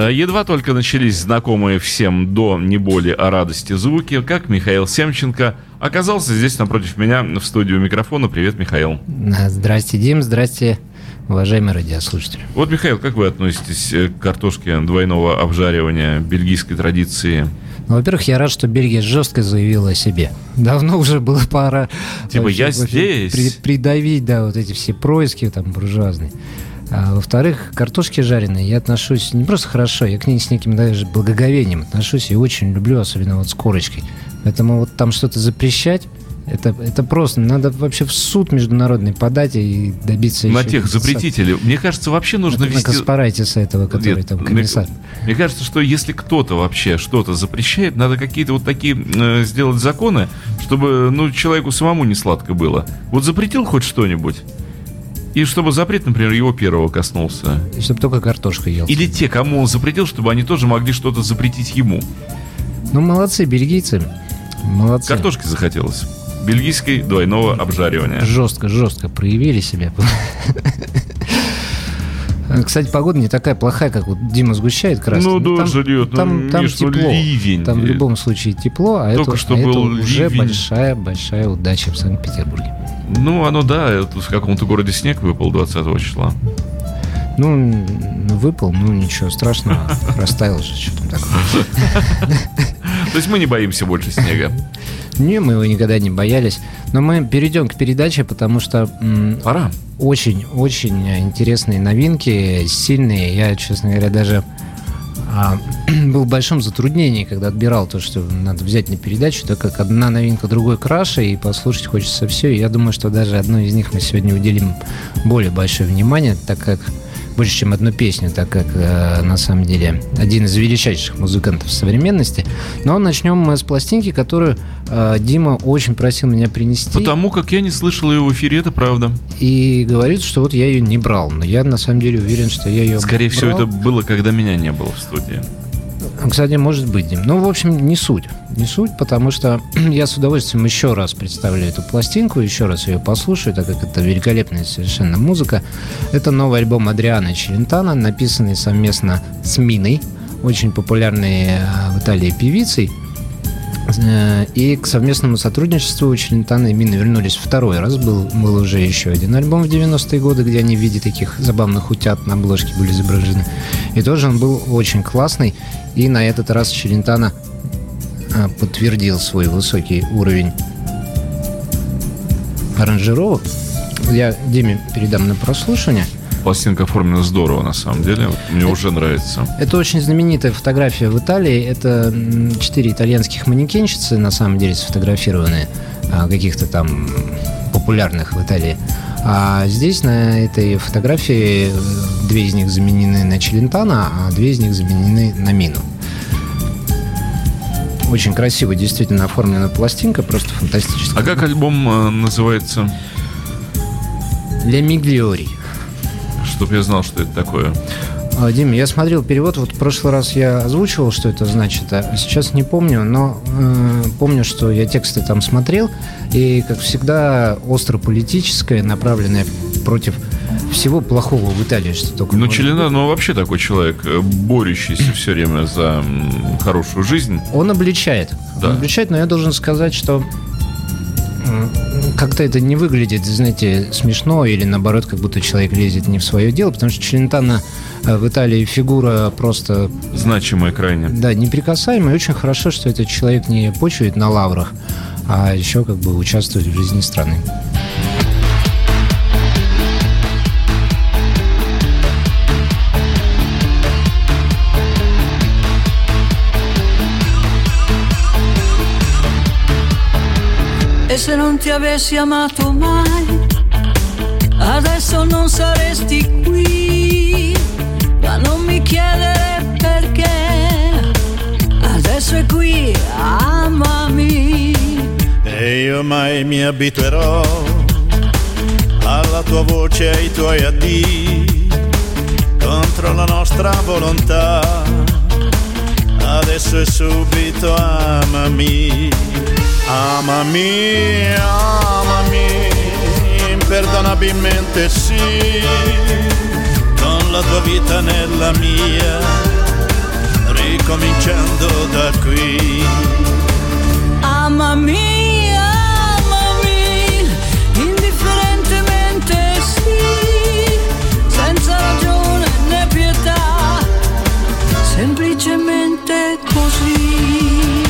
Едва только начались знакомые всем до не боли, а радости звуки, как Михаил Семченко оказался здесь напротив меня в студию микрофона. Привет, Михаил. Здрасте, Дим, здрасте, уважаемые радиослушатели. Вот, Михаил, как вы относитесь к картошке двойного обжаривания, бельгийской традиции? Ну, во-первых, я рад, что Бельгия жестко заявила о себе. Давно уже было пора... Типа, я здесь. Придавить, да, вот эти все происки там буржуазные. А во-вторых, к картошке жареной я отношусь не просто хорошо, я к ней с неким даже благоговением отношусь и очень люблю, особенно вот с корочкой. Поэтому вот там что-то запрещать, это просто, надо вообще в суд международный подать и добиться... На тех запретителей. Мне кажется, вообще нужно вести... На Каспарайтиса этого, который Нет, там комиссар. Мне кажется, что если кто-то вообще что-то запрещает, надо какие-то вот такие сделать законы, чтобы, человеку самому не сладко было. Вот запретил хоть что-нибудь, и чтобы запрет, например, его первого коснулся. И чтобы только картошку ел. Или те, кому он запретил, чтобы они тоже могли что-то запретить ему. Ну, молодцы, бельгийцы. Молодцы. Картошки захотелось. Бельгийской двойного обжаривания. Жестко проявили себя. Кстати, погода не такая плохая, как вот Дима сгущает краски. Дождь идет, там тепло. Ливень. Там в любом случае тепло, а только это, что был уже ливень. большая удача в Санкт-Петербурге. В каком-то городе снег выпал 20 числа. Выпал, ничего страшного, растаял же, что там такое. То есть мы не боимся больше снега? Не, мы его никогда не боялись. Но мы перейдем к передаче, потому что пора. Очень интересные новинки, сильные. Я, честно говоря, даже был в большом затруднении, когда отбирал то, что надо взять на передачу, так как одна новинка другой краше, и послушать хочется все. И я думаю, что даже одной из них мы сегодня уделим более большое внимание, так как больше, чем одну песню, так как, на самом деле, один из величайших музыкантов современности. Но начнем мы с пластинки, которую Дима очень просил меня принести. Потому как я не слышал ее в эфире, это правда. И говорит, что вот я ее не брал. Но я, на самом деле, уверен, что я ее Скорее брал. всего, это было, когда меня не было в студии. Кстати, может быть, Дим. В общем, не суть, потому что я с удовольствием еще раз представлю эту пластинку, еще раз ее послушаю, так как это великолепная совершенно музыка. Это новый альбом Адриано Челентано, написанный совместно с Миной, очень популярной в Италии певицей. И к совместному сотрудничеству Челентано и Мина вернулись второй раз. Был уже еще один альбом в 90-е годы, где они в виде таких забавных утят на обложке были изображены. И тоже он был очень классный. И на этот раз Челентано подтвердил свой высокий уровень аранжировок. Я Диме передам на прослушивание. Пластинка оформлена здорово, на самом деле. Мне уже нравится. Это очень знаменитая фотография в Италии. Это 4 итальянских манекенщицы, на самом деле, сфотографированные, каких-то там популярных в Италии. А здесь на этой фотографии 2 из них заменены на Челентано, а 2 из них заменены на Мину. Очень красиво действительно оформлена пластинка, просто фантастическая. А как альбом называется? «Ля Миглиори». Чтоб я знал, что это такое. Дим, я смотрел перевод, вот в прошлый раз я озвучивал, что это значит, а сейчас не помню, но помню, что я тексты там смотрел, и, как всегда, остро-политическое, направленное против всего плохого в Италии, что только... Челентано, вообще такой человек, борющийся все время за хорошую жизнь. Он обличает. Да. Он обличает, но я должен сказать, что как-то это не выглядит, знаете, смешно или наоборот, как будто человек лезет не в свое дело, потому что Челентано в Италии фигура просто... Значимая крайне. Да, неприкасаемая. Очень хорошо, что этот человек не почует на лаврах, а еще участвует в жизни страны. E se non ti avessi amato mai, adesso non saresti qui. Ma non mi chiedere perché, adesso è qui, amami. E io mai mi abituerò alla tua voce e ai tuoi addii, contro la nostra volontà. Adesso è subito, amami. Amami, amami, imperdonabilmente sì, con la tua vita nella mia, cominciando da qui. Amami, indifferentemente sì, senza ragione né pietà, semplicemente così.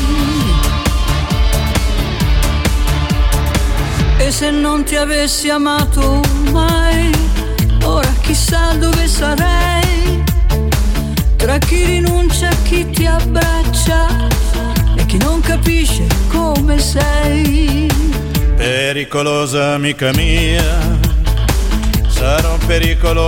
E se non ti avessi amato mai, ora chissà dove sarei, tra chi rinuncia e chi ti abbraccia e chi non capisce come sei. Pericolosa amica mia, sarò un pericolo